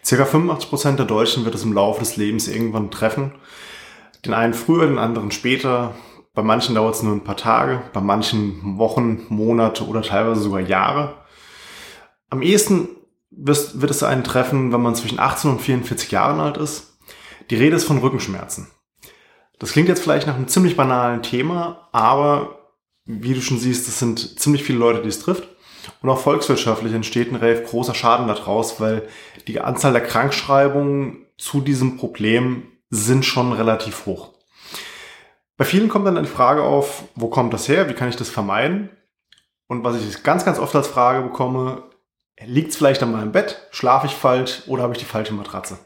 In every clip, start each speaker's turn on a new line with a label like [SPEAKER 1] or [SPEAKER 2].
[SPEAKER 1] Circa 85% der Deutschen wird es im Laufe des Lebens irgendwann treffen. Den einen früher, den anderen später. Bei manchen dauert es nur ein paar Tage, bei manchen Wochen, Monate oder teilweise sogar Jahre. Am ehesten wird es einen treffen, wenn man zwischen 18 und 44 Jahren alt ist. Die Rede ist von Rückenschmerzen. Das klingt jetzt vielleicht nach einem ziemlich banalen Thema, aber wie du schon siehst, es sind ziemlich viele Leute, die es trifft. Und auch volkswirtschaftlich entsteht ein relativ großer Schaden daraus, weil die Anzahl der Krankschreibungen zu diesem Problem sind schon relativ hoch. Bei vielen kommt dann die Frage auf, wo kommt das her, wie kann ich das vermeiden? Und was ich ganz, ganz oft als Frage bekomme, liegt es vielleicht an meinem Bett, schlafe ich falsch oder habe ich die falsche Matratze?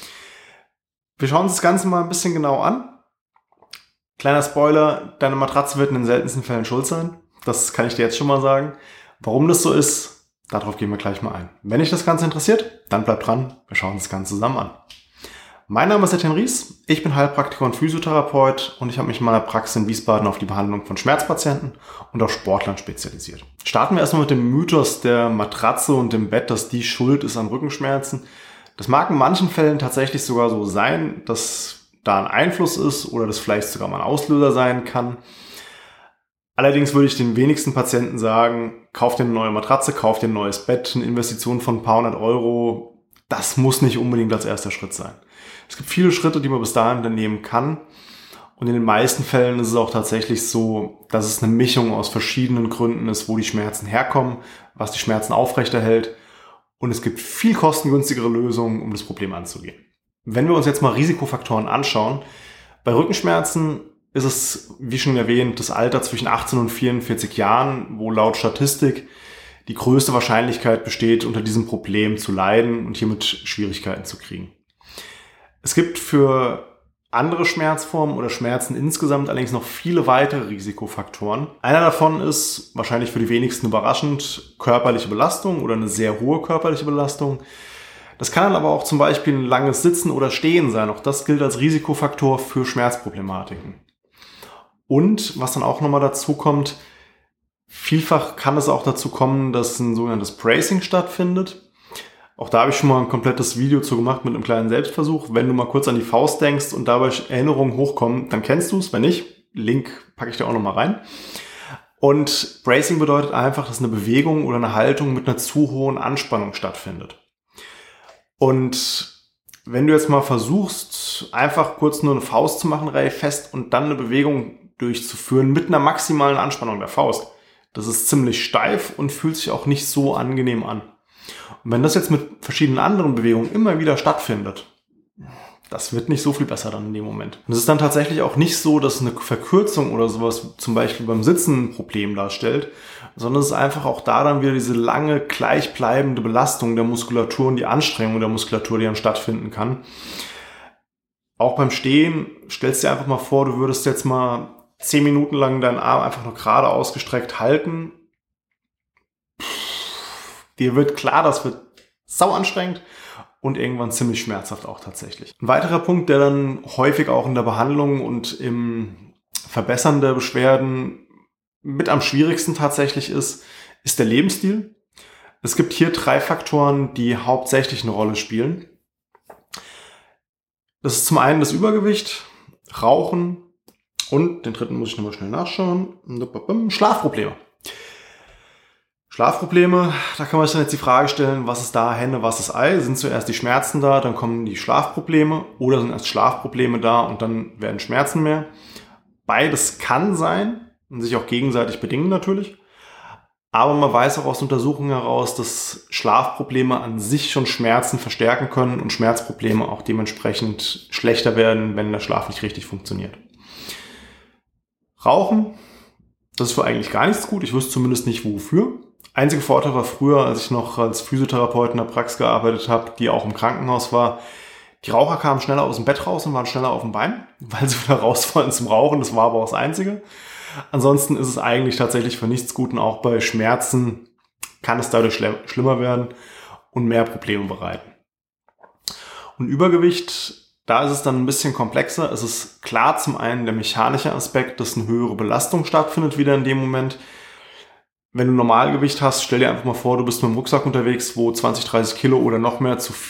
[SPEAKER 1] Wir schauen uns das Ganze mal ein bisschen genau an. Kleiner Spoiler, deine Matratze wird in den seltensten Fällen schuld sein. Das kann ich dir jetzt schon mal sagen. Warum das so ist, darauf gehen wir gleich mal ein. Wenn dich das Ganze interessiert, dann bleib dran, wir schauen uns das Ganze zusammen an. Mein Name ist Etienne Ries, ich bin Heilpraktiker und Physiotherapeut und ich habe mich in meiner Praxis in Wiesbaden auf die Behandlung von Schmerzpatienten und auf Sportlern spezialisiert. Starten wir erstmal mit dem Mythos der Matratze und dem Bett, dass die schuld ist an Rückenschmerzen. Das mag in manchen Fällen tatsächlich sogar so sein, dass da ein Einfluss ist oder das vielleicht sogar mal ein Auslöser sein kann. Allerdings würde ich den wenigsten Patienten sagen, kauf dir eine neue Matratze, kauf dir ein neues Bett, eine Investition von ein paar hundert Euro. Das muss nicht unbedingt als erster Schritt sein. Es gibt viele Schritte, die man bis dahin unternehmen kann. Und in den meisten Fällen ist es auch tatsächlich so, dass es eine Mischung aus verschiedenen Gründen ist, wo die Schmerzen herkommen, was die Schmerzen aufrechterhält. Und es gibt viel kostengünstigere Lösungen, um das Problem anzugehen. Wenn wir uns jetzt mal Risikofaktoren anschauen, bei Rückenschmerzen ist es, wie schon erwähnt, das Alter zwischen 18 und 44 Jahren, wo laut Statistik die größte Wahrscheinlichkeit besteht, unter diesem Problem zu leiden und hiermit Schwierigkeiten zu kriegen. Es gibt für andere Schmerzformen oder Schmerzen insgesamt allerdings noch viele weitere Risikofaktoren. Einer davon ist, wahrscheinlich für die wenigsten überraschend, körperliche Belastung oder eine sehr hohe körperliche Belastung. Das kann dann aber auch zum Beispiel ein langes Sitzen oder Stehen sein. Auch das gilt als Risikofaktor für Schmerzproblematiken. Und was dann auch nochmal dazu kommt, vielfach kann es auch dazu kommen, dass ein sogenanntes Bracing stattfindet. Auch da habe ich schon mal ein komplettes Video zu gemacht mit einem kleinen Selbstversuch. Wenn du mal kurz an die Faust denkst und dabei Erinnerungen hochkommen, dann kennst du es. Wenn nicht, Link packe ich dir auch nochmal rein. Und Bracing bedeutet einfach, dass eine Bewegung oder eine Haltung mit einer zu hohen Anspannung stattfindet. Und wenn du jetzt mal versuchst, einfach kurz nur eine Faust zu machen, relativ fest und dann eine Bewegung durchzuführen mit einer maximalen Anspannung der Faust, das ist ziemlich steif und fühlt sich auch nicht so angenehm an. Und wenn das jetzt mit verschiedenen anderen Bewegungen immer wieder stattfindet, das wird nicht so viel besser dann in dem Moment. Und es ist dann tatsächlich auch nicht so, dass eine Verkürzung oder sowas zum Beispiel beim Sitzen ein Problem darstellt, sondern es ist einfach auch da dann wieder diese lange, gleichbleibende Belastung der Muskulatur und die Anstrengung der Muskulatur, die dann stattfinden kann. Auch beim Stehen, stellst dir einfach mal vor, du würdest jetzt mal 10 Minuten lang deinen Arm einfach nur gerade ausgestreckt halten. Dir wird klar, das wird sau anstrengend und irgendwann ziemlich schmerzhaft auch tatsächlich. Ein weiterer Punkt, der dann häufig auch in der Behandlung und im Verbessern der Beschwerden mit am schwierigsten tatsächlich ist der Lebensstil. Es gibt hier 3 Faktoren, die hauptsächlich eine Rolle spielen. Das ist zum einen das Übergewicht, Rauchen und den dritten muss ich nochmal schnell nachschauen. Schlafprobleme. Schlafprobleme, da kann man sich dann jetzt die Frage stellen, was ist da Henne, was ist Ei? Sind zuerst die Schmerzen da, dann kommen die Schlafprobleme oder sind erst Schlafprobleme da und dann werden Schmerzen mehr? Beides kann sein und sich auch gegenseitig bedingen natürlich. Aber man weiß auch aus Untersuchungen heraus, dass Schlafprobleme an sich schon Schmerzen verstärken können und Schmerzprobleme auch dementsprechend schlechter werden, wenn der Schlaf nicht richtig funktioniert. Rauchen, das ist für eigentlich gar nichts gut. Ich wüsste zumindest nicht wofür. Einziger Vorteil war früher, als ich noch als Physiotherapeut in der Praxis gearbeitet habe, die auch im Krankenhaus war, die Raucher kamen schneller aus dem Bett raus und waren schneller auf dem Bein, weil sie wieder raus wollen zum Rauchen. Das war aber auch das Einzige. Ansonsten ist es eigentlich tatsächlich für nichts gut und auch bei Schmerzen kann es dadurch schlimmer werden und mehr Probleme bereiten. Und Übergewicht, da ist es dann ein bisschen komplexer. Es ist klar zum einen der mechanische Aspekt, dass eine höhere Belastung stattfindet wieder in dem Moment. Wenn du Normalgewicht hast, stell dir einfach mal vor, du bist mit dem Rucksack unterwegs, wo 20, 30 Kilo oder noch mehr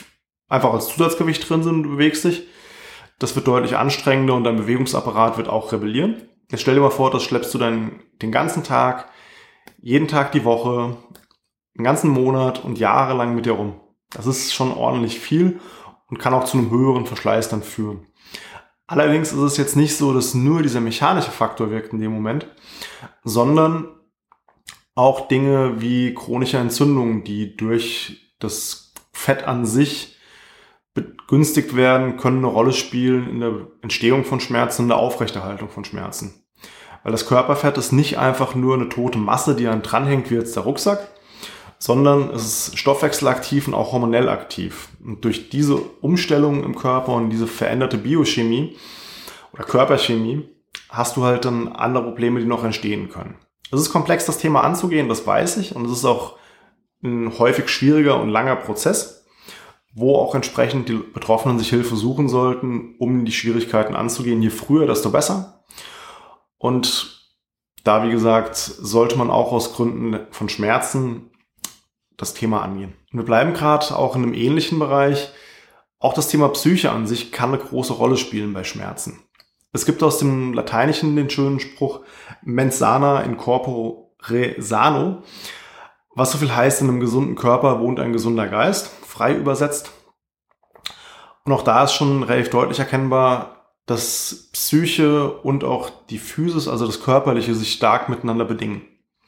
[SPEAKER 1] einfach als Zusatzgewicht drin sind und du bewegst dich. Das wird deutlich anstrengender und dein Bewegungsapparat wird auch rebellieren. Jetzt stell dir mal vor, das schleppst du dann den ganzen Tag, jeden Tag die Woche, einen ganzen Monat und jahrelang mit dir rum. Das ist schon ordentlich viel und kann auch zu einem höheren Verschleiß dann führen. Allerdings ist es jetzt nicht so, dass nur dieser mechanische Faktor wirkt in dem Moment, sondern auch Dinge wie chronische Entzündungen, die durch das Fett an sich begünstigt werden, können eine Rolle spielen in der Entstehung von Schmerzen und der Aufrechterhaltung von Schmerzen. Weil das Körperfett ist nicht einfach nur eine tote Masse, die an dranhängt wie jetzt der Rucksack, sondern es ist stoffwechselaktiv und auch hormonell aktiv. Und durch diese Umstellung im Körper und diese veränderte Biochemie oder Körperchemie hast du halt dann andere Probleme, die noch entstehen können. Es ist komplex, das Thema anzugehen, das weiß ich. Und es ist auch ein häufig schwieriger und langer Prozess, wo auch entsprechend die Betroffenen sich Hilfe suchen sollten, um die Schwierigkeiten anzugehen. Je früher, desto besser. Und da, wie gesagt, sollte man auch aus Gründen von Schmerzen das Thema angehen. Und wir bleiben gerade auch in einem ähnlichen Bereich. Auch das Thema Psyche an sich kann eine große Rolle spielen bei Schmerzen. Es gibt aus dem Lateinischen den schönen Spruch mens sana in corpore sano, was so viel heißt, in einem gesunden Körper wohnt ein gesunder Geist, frei übersetzt. Und auch da ist schon relativ deutlich erkennbar, dass Psyche und auch die Physis, also das Körperliche, sich stark miteinander bedingen.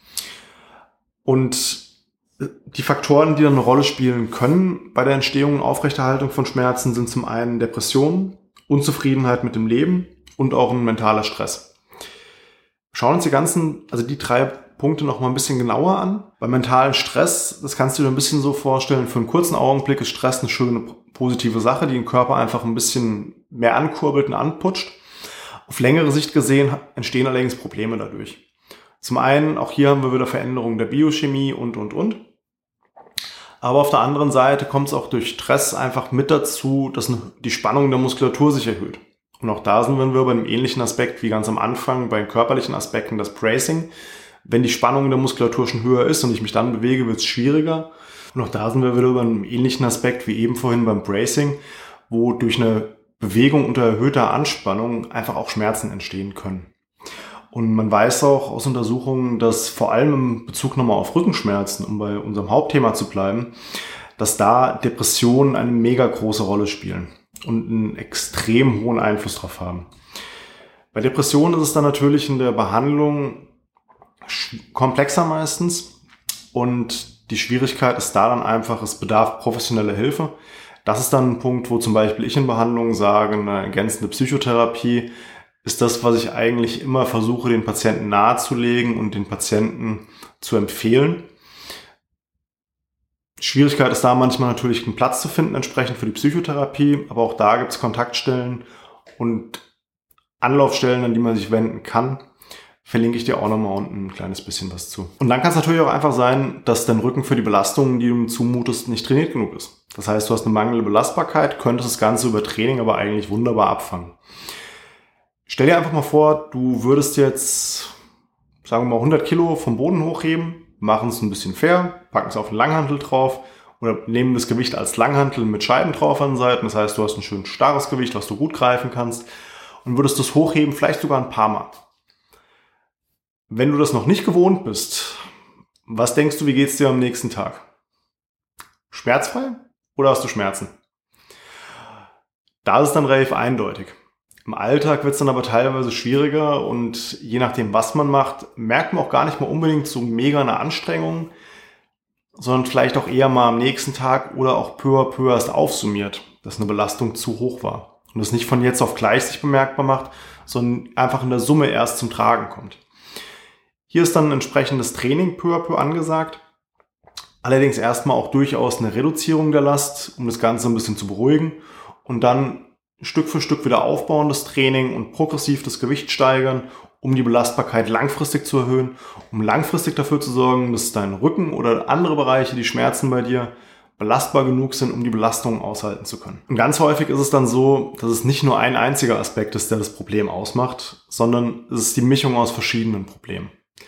[SPEAKER 1] Und die Faktoren, die dann eine Rolle spielen können bei der Entstehung und Aufrechterhaltung von Schmerzen, sind zum einen Depressionen, Unzufriedenheit mit dem Leben und auch ein mentaler Stress. Schauen uns die 3 Punkte noch mal ein bisschen genauer an. Beim mentalen Stress, das kannst du dir ein bisschen so vorstellen, für einen kurzen Augenblick ist Stress eine schöne, positive Sache, die den Körper einfach ein bisschen mehr ankurbelt und anputscht. Auf längere Sicht gesehen entstehen allerdings Probleme dadurch. Zum einen, auch hier haben wir wieder Veränderungen der Biochemie und. Aber auf der anderen Seite kommt es auch durch Stress einfach mit dazu, dass die Spannung der Muskulatur sich erhöht. Und auch da sind wir bei einem ähnlichen Aspekt wie ganz am Anfang bei den körperlichen Aspekten, das Bracing. Wenn die Spannung der Muskulatur schon höher ist und ich mich dann bewege, wird es schwieriger. Und auch da sind wir wieder bei einem ähnlichen Aspekt wie eben vorhin beim Bracing, wo durch eine Bewegung unter erhöhter Anspannung einfach auch Schmerzen entstehen können. Und man weiß auch aus Untersuchungen, dass vor allem im Bezug nochmal auf Rückenschmerzen, um bei unserem Hauptthema zu bleiben, dass da Depressionen eine mega große Rolle spielen und einen extrem hohen Einfluss drauf haben. Bei Depressionen ist es dann natürlich in der Behandlung komplexer meistens und die Schwierigkeit ist da dann einfach, es bedarf professioneller Hilfe. Das ist dann ein Punkt, wo zum Beispiel ich in Behandlungen sage, eine ergänzende Psychotherapie ist das, was ich eigentlich immer versuche, den Patienten nahezulegen und den Patienten zu empfehlen. Schwierigkeit ist da manchmal natürlich einen Platz zu finden, entsprechend für die Psychotherapie, aber auch da gibt es Kontaktstellen und Anlaufstellen, an die man sich wenden kann. Verlinke ich dir auch nochmal unten ein kleines bisschen was zu. Und dann kann es natürlich auch einfach sein, dass dein Rücken für die Belastungen, die du ihm zumutest, nicht trainiert genug ist. Das heißt, du hast eine mangelnde Belastbarkeit, könntest das Ganze über Training aber eigentlich wunderbar abfangen. Stell dir einfach mal vor, du würdest jetzt, sagen wir mal, 100 Kilo vom Boden hochheben, machen es ein bisschen fair, packen es auf einen Langhantel drauf oder nehmen das Gewicht als Langhantel mit Scheiben drauf an den Seiten. Das heißt, du hast ein schön starres Gewicht, was du gut greifen kannst und würdest das hochheben, vielleicht sogar ein paar Mal. Wenn du das noch nicht gewohnt bist, was denkst du, wie geht's dir am nächsten Tag? Schmerzfrei oder hast du Schmerzen? Da ist es dann relativ eindeutig. Im Alltag wird es dann aber teilweise schwieriger und je nachdem, was man macht, merkt man auch gar nicht mal unbedingt so mega eine Anstrengung, sondern vielleicht auch eher mal am nächsten Tag oder auch peu à peu erst aufsummiert, dass eine Belastung zu hoch war und das nicht von jetzt auf gleich sich bemerkbar macht, sondern einfach in der Summe erst zum Tragen kommt. Hier ist dann ein entsprechendes Training peu à peu angesagt, allerdings erstmal auch durchaus eine Reduzierung der Last, um das Ganze ein bisschen zu beruhigen und dann Stück für Stück wieder aufbauen, das Training und progressiv das Gewicht steigern, um die Belastbarkeit langfristig zu erhöhen, um langfristig dafür zu sorgen, dass dein Rücken oder andere Bereiche, die Schmerzen bei dir, belastbar genug sind, um die Belastungen aushalten zu können. Und ganz häufig ist es dann so, dass es nicht nur ein einziger Aspekt ist, der das Problem ausmacht, sondern es ist die Mischung aus verschiedenen Problemen.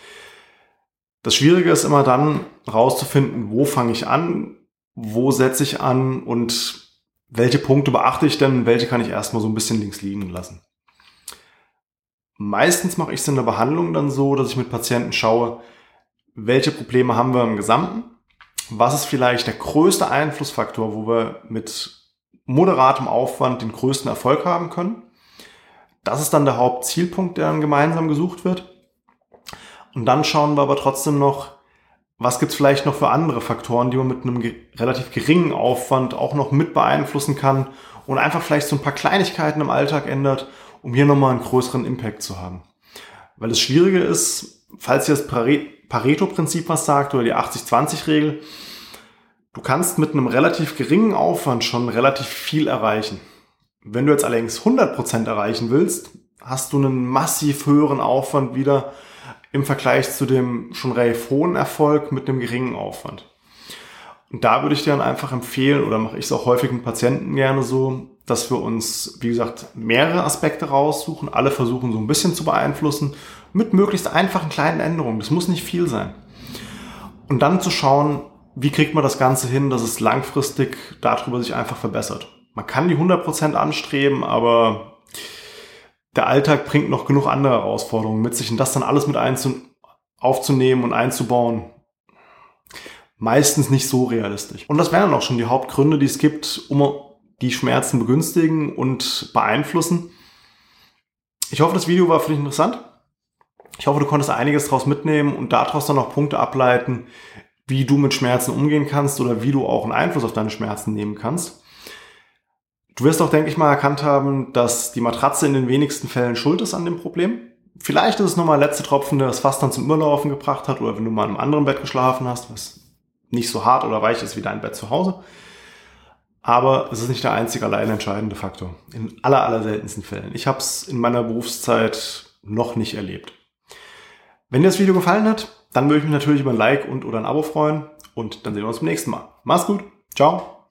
[SPEAKER 1] Das Schwierige ist immer dann, herauszufinden, wo fange ich an, wo setze ich an und welche Punkte beachte ich denn, welche kann ich erstmal so ein bisschen links liegen lassen. Meistens mache ich es in der Behandlung dann so, dass ich mit Patienten schaue, welche Probleme haben wir im Gesamten, was ist vielleicht der größte Einflussfaktor, wo wir mit moderatem Aufwand den größten Erfolg haben können. Das ist dann der Hauptzielpunkt, der dann gemeinsam gesucht wird. Und dann schauen wir aber trotzdem noch, was gibt es vielleicht noch für andere Faktoren, die man mit einem relativ geringen Aufwand auch noch mit beeinflussen kann und einfach vielleicht so ein paar Kleinigkeiten im Alltag ändert, um hier nochmal einen größeren Impact zu haben. Weil das Schwierige ist, falls ihr das Pareto-Prinzip was sagt oder die 80-20-Regel, du kannst mit einem relativ geringen Aufwand schon relativ viel erreichen. Wenn du jetzt allerdings 100% erreichen willst, hast du einen massiv höheren Aufwand wieder im Vergleich zu dem schon relativ hohen Erfolg mit einem geringen Aufwand. Und da würde ich dir dann einfach empfehlen, oder mache ich es auch häufig mit Patienten gerne so, dass wir uns, wie gesagt, mehrere Aspekte raussuchen, alle versuchen so ein bisschen zu beeinflussen, mit möglichst einfachen kleinen Änderungen. Das muss nicht viel sein. Und dann zu schauen, wie kriegt man das Ganze hin, dass es langfristig darüber sich einfach verbessert. Man kann die 100% anstreben, aber der Alltag bringt noch genug andere Herausforderungen mit sich und das dann alles mit aufzunehmen und einzubauen, meistens nicht so realistisch. Und das wären dann auch schon die Hauptgründe, die es gibt, um die Schmerzen begünstigen und beeinflussen. Ich hoffe, das Video war für dich interessant. Ich hoffe, du konntest einiges daraus mitnehmen und daraus dann noch Punkte ableiten, wie du mit Schmerzen umgehen kannst oder wie du auch einen Einfluss auf deine Schmerzen nehmen kannst. Du wirst auch, denke ich mal, erkannt haben, dass die Matratze in den wenigsten Fällen schuld ist an dem Problem. Vielleicht ist es nochmal der letzte Tropfen, der das fast dann zum Überlaufen gebracht hat, oder wenn du mal in einem anderen Bett geschlafen hast, was nicht so hart oder weich ist wie dein Bett zu Hause. Aber es ist nicht der einzige allein entscheidende Faktor. In aller seltensten Fällen. Ich habe es in meiner Berufszeit noch nicht erlebt. Wenn dir das Video gefallen hat, dann würde ich mich natürlich über ein Like und oder ein Abo freuen. Und dann sehen wir uns beim nächsten Mal. Mach's gut. Ciao.